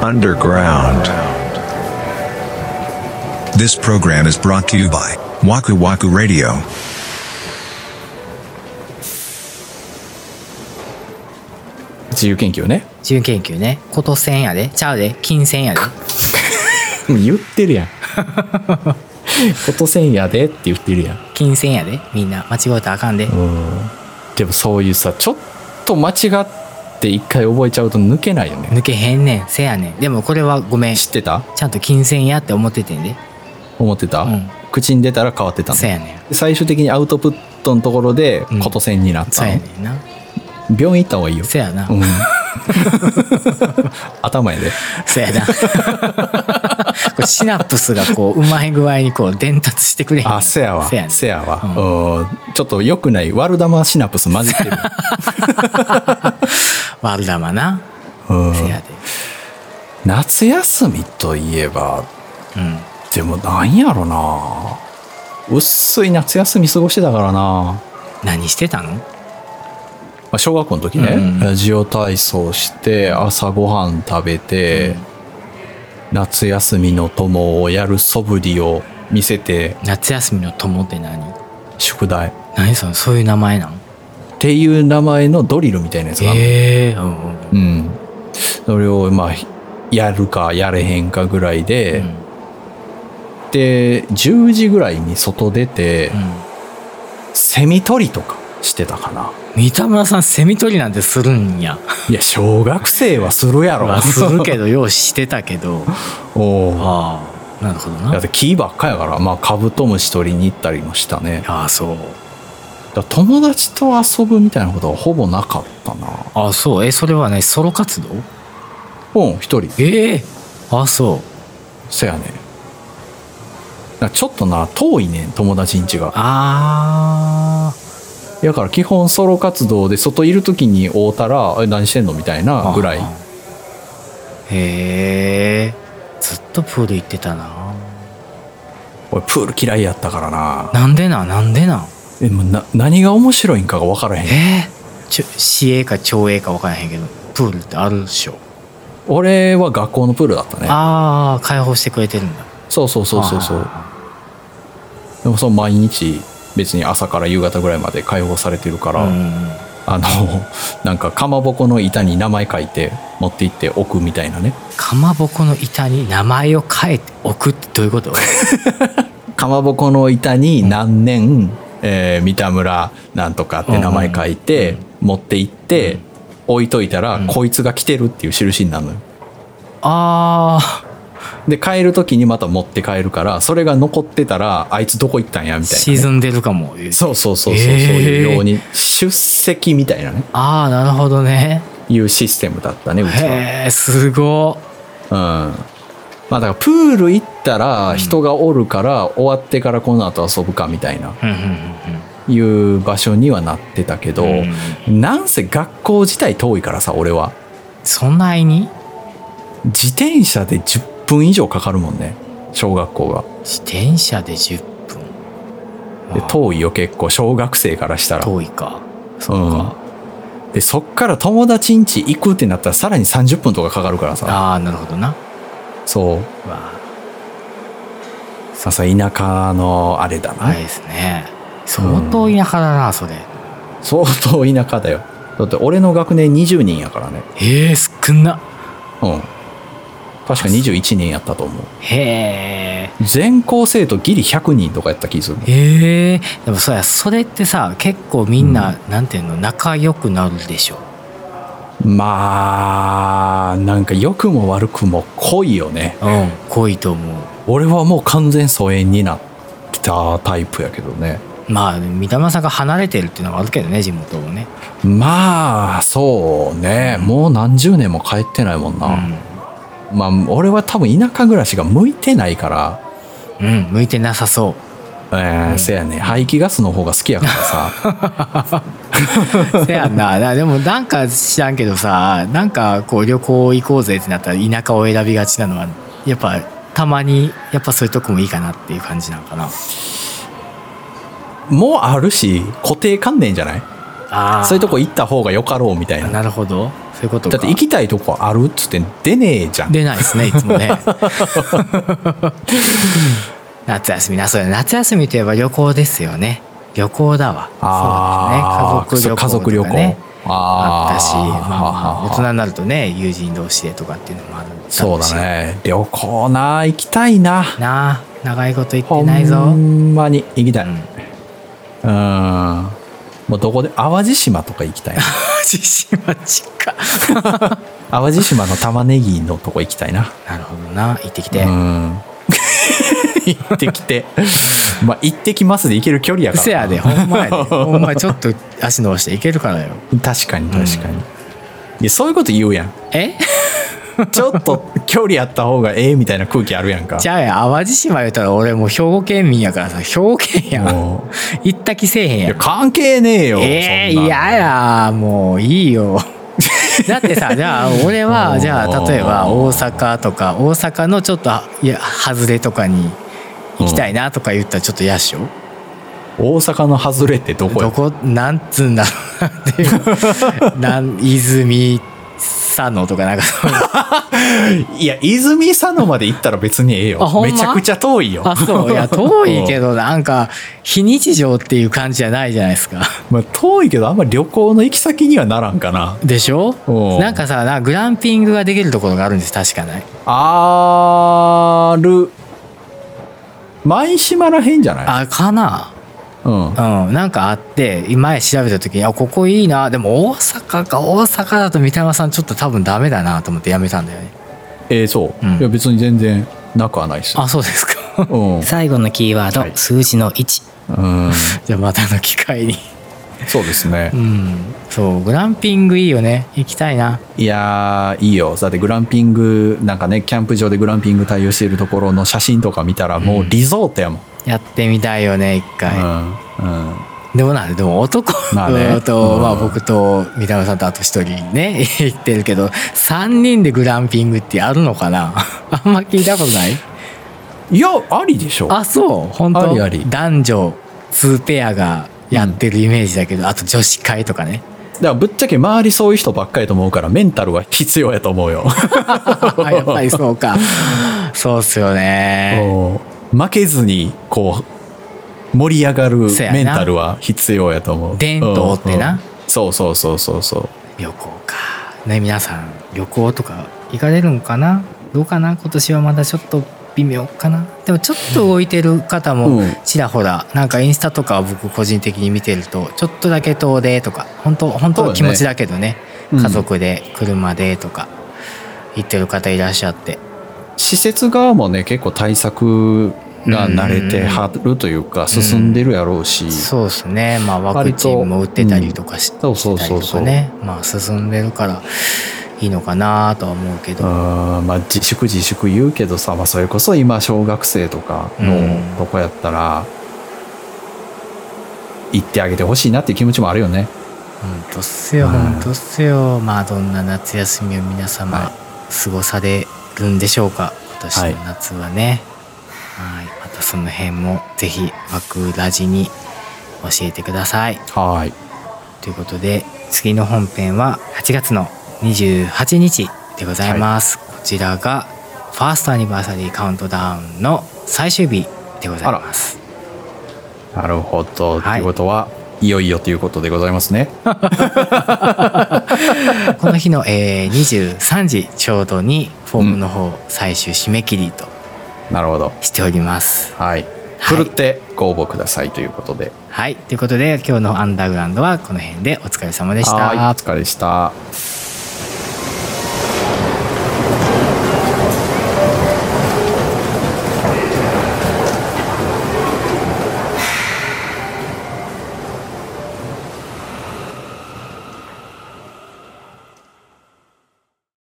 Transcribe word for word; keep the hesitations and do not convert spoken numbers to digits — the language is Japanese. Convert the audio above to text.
underground. This program is brought to you by Waku Waku Radio. 自由研究ね。 自由研究ね。ことせんやで。ちゃうで。金銭やで。 言ってるやん。ことせんやでって言ってるやん。 金銭やで。みんな間違えたらあかんで。 うん。でもそういうさ、ちょっと間違って一回覚えちゃうと抜けないよね。 抜けへんねん。せやねん。でもこれはごめん。 知ってた？ ちゃんと金銭やって思っててんで。 思ってた？うん、口に出たら変わってたの。 せやねん。最終的にアウトプットのところでことせんになったの。 うん、そうやねんな。 病院行った方がいいよ。 せやな。 うん、頭やで。 せやな。これシナプスがこううまい具合にこう伝達してくれへん。 あ、せやわ。 せやねん。 せやわ。うん、ちょっと良くない悪玉シナプス混じってる。 悪玉な。 うん、 せやで。 夏休みといえば、 うん、 でもなんやろな。薄い夏休み過ごしてたからな。 何してたの？ 小学校の時ね、うん、ラジオ体操して朝ごはん食べて、うん、夏休みの友をやる素振りを見せて。 夏休みの友って何？ 宿題。 何そのそういう名前なの？ っていう名前のドリルみたいなやつがある。 へー、うんうん、 うん。それをまあやるかやれへんかぐらいで、うん、でじゅうじぐらいに外出て、うん、セミ取りとかしてたかな。 三田村さんセミ取りなんてするんや。 いや小学生はするやろ。 するけどようしてたけど。 おお。 ああ、なるほどな。 だって木ばっかやから、まあカブトムシ取りに行ったりもしたね。 ああ、そう。 だ友達と遊ぶみたいなことはほぼなかったな。 ああ、そう。え、それはねソロ活動？ うん、一人。 ええー、ああ、そう。 そやね。ちょっとな遠いねん友達ん家が。 ああ。 だから基本ソロ活動で外いる時に会うたら「何してんの?」みたいなぐらい。 へえ、ずっとプール行ってたな。 俺プール嫌いやったからな。 なんでななんでなえもうな何が面白いんかが分からへん。 えー、ちょ市営か町営か分からへんけどプールってあるでしょ。 俺は学校のプールだったね。 ああ、開放してくれてるんだ。 そうそうそうそうそう。でもその毎日別に朝から夕方ぐらいまで開放されてるから、うん、あのなんかかまぼこの板に名前書いて持って行って置くみたいなね。 かまぼこの板に名前を書いて置くってどういうこと？ かまぼこの板に何年、うんえー、三田村なんとかって名前書いて、うん、持って行って、うん、置いといたら、うん、こいつが来てるっていう印になるのよ。ああ。で帰る時にまた持って帰るからそれが残ってたらあいつどこ行ったんやみたいな、ね、 沈んでるかも。 そうそうそうそう、えー、そういうように出席みたいなね。 ああ、なるほどね。 いうシステムだったねうちは。 へえ、すごい。うん。まあだからプール行ったら人がおるから、うん、終わってからこの後遊ぶかみたいな、うんうんうん、いう場所にはなってたけど、うんうん、なんせ学校自体遠いからさ俺は。 そんなに？ 自転車でじゅっぷん以上かかるもんね小学校が。 自転車でじゅっぷんで遠いよ結構小学生からしたら。 遠いか。そうか、 うん、でそっから友達ん家行くってなったらさらにさんじゅっぷんとかかかるからさ。 ああ、なるほどな。 そう。わささ田舎のあれだな。 あれですね。相当田舎だな、うん、それ。 相当田舎だよ。だって俺の学年にじゅうにんやからね。 へえ、少な。 うん。確かにじゅういちにんやったと思う。 へえ。 全校生徒ギリひゃくにんとかやった気する。 へえ。でもそうや、それってさ結構みんな、うん、なんていうの仲良くなるでしょ。 まあなんか良くも悪くも濃いよね。 うん、濃いと思う。 俺はもう完全疎遠になったタイプやけどね。 まあ三田村さんが離れてるっていうのはあるけどね地元をね。 まあそうね、うん、もう何十年も帰ってないもんな。うんまあ、俺は多分田舎暮らしが向いてないから。 うん向いてなさそう。 えーうん、せやね排気ガスの方が好きやからさ。 せやんな。でもなんか知らんけどさなんかこう旅行行こうぜってなったら田舎を選びがちなのはやっぱたまにやっぱそういうとこもいいかなっていう感じなのかな。 もうあるし固定観念じゃない。あそういうとこ行った方がよかろうみたいな。 なるほど。 そういうことか。 だって行きたいとこあるっつって出ねえじゃん。 出ないですねいつもね夏休みな、そうだ、夏休みといえば旅行ですよね。旅行だわ。 あそうですね、家族旅行とかねあったし、 あーまあ、大人になるとね友人同士でとかっていうのもあるだろうし。 そうだね。旅行な、行きたいな。 なあ、長いこと行ってないぞ。 ほんまに行きたい。 ううんん。もうどこで、淡路島とか行きたいな。 自信は近淡路島の玉ねぎのとこ行きたいな。 なるほどな、行ってきて。 うん。行ってきて。まあ行ってきますで行ける距離やからな。 せやで、ほんまやで。ほんまちょっと足伸ばして行けるからよ。 確かに確かに。いや、そういうこと言うやん。 えちょっと距離あった方がええみたいな空気あるやんか。 じゃあや、淡路島言うたら俺もう兵庫県民やからさ、兵庫県やん。 も行った気せえへんいややん。 関係ねえよ。 ええー、 そんな嫌や、もういいよ。だってさ、じゃあ俺はじゃあ例えば大阪とか大阪のちょっといや外れとかに行きたいなとか言ったらちょっと嫌っしょ。 大阪の外れってどこや。 どこなんつうんだろうなっていうなん泉佐野とかなんかそういういや、泉佐野まで行ったら別にええよ。 あほんまめちゃくちゃ遠いよ。 あ、そう、いや遠いけどなんか非日常っていう感じじゃないじゃないですか。 まあ、遠いけどあんまり旅行の行き先にはならんかな。 でしょ。 うんなんかさ、なんかグランピングができるところがあるんです、確かね。 ある。舞島らへんじゃない。 あかな。 うん。 うん、なんかあって前調べた時にあここいいな、でも大阪か、大阪だと三田山さんちょっと多分ダメだなと思ってやめたんだよね。 えー、そう、 うんいや別に全然なくはないし。 あ、そうですか。 うん。 最後のキーワード、 はい数字のいち。 うん。 じゃあまたの機会に。 そうですねう。ん、そうグランピングいいよね、行きたいな。 いやーいいよ。だってグランピングなんかね、キャンプ場でグランピング対応しているところの写真とか見たらもうリゾートやもん。 やってみたいよね一回、 うんうんでもなんででも男まあねと、 うんまあ、僕と三田山さんとあと一人ね行ってるけどさんにんでグランピングってあるのかなあんま聞いたことない。 いやありでしょ。 あ、そう本当。 ありあり男女にペアがやってるイメージだけど、あと女子会とかね。 だからぶっちゃけ周りそういう人ばっかりと思うからメンタルは必要やと思うよ。 やっぱりそうか。そうっすよね。 こう負けずにこう盛り上がるそうやなメンタルは必要やと思う。 伝統ってなうんうんそうそうそうそうそう。 旅行かね。皆さん旅行とか行かれるんかな。どうかな、今年はまだちょっと微妙かな。でもちょっと動いてる方もうんちらほら、なんかインスタとか僕個人的に見てるとちょっとだけ遠出とか、本当本当は気持ちだけどね、 うん家族で車でとか行ってる方いらっしゃって、 施設側もね結構対策が慣れてはるというか進んでるやろうし、 そうですね。まあワクチンも打ってたりとかし割とうんしてたりとかね、まあ進んでるからいいのかなとは思うけど、 うんまあ自粛自粛言うけどさ、まあ、それこそ今小学生とかのとこやったら行ってあげてほしいなっていう気持ちもあるよね。 本当っすよ、 うん本当っすよ。まあどんな夏休みを皆様は過ごされるんでしょうか、今年の夏はね。はい、またその辺もぜひわくラジに教えてください。 はいということで次の本編ははちがつのにじゅうはちにちでございます、こちらがファーストアニバーサリーカウントダウンの最終日でございます。 なるほど、 はいということはいよいよということでございますね。 この日の、えー、にじゅうさんじちょうどにフォームの方最終締め切りとなるほど。 しております。 はい。ふるってご応募くださいということで。 はい、ということで今日のアンダーグラウンドはこの辺でお疲れ様でした。 はい、お疲れでした。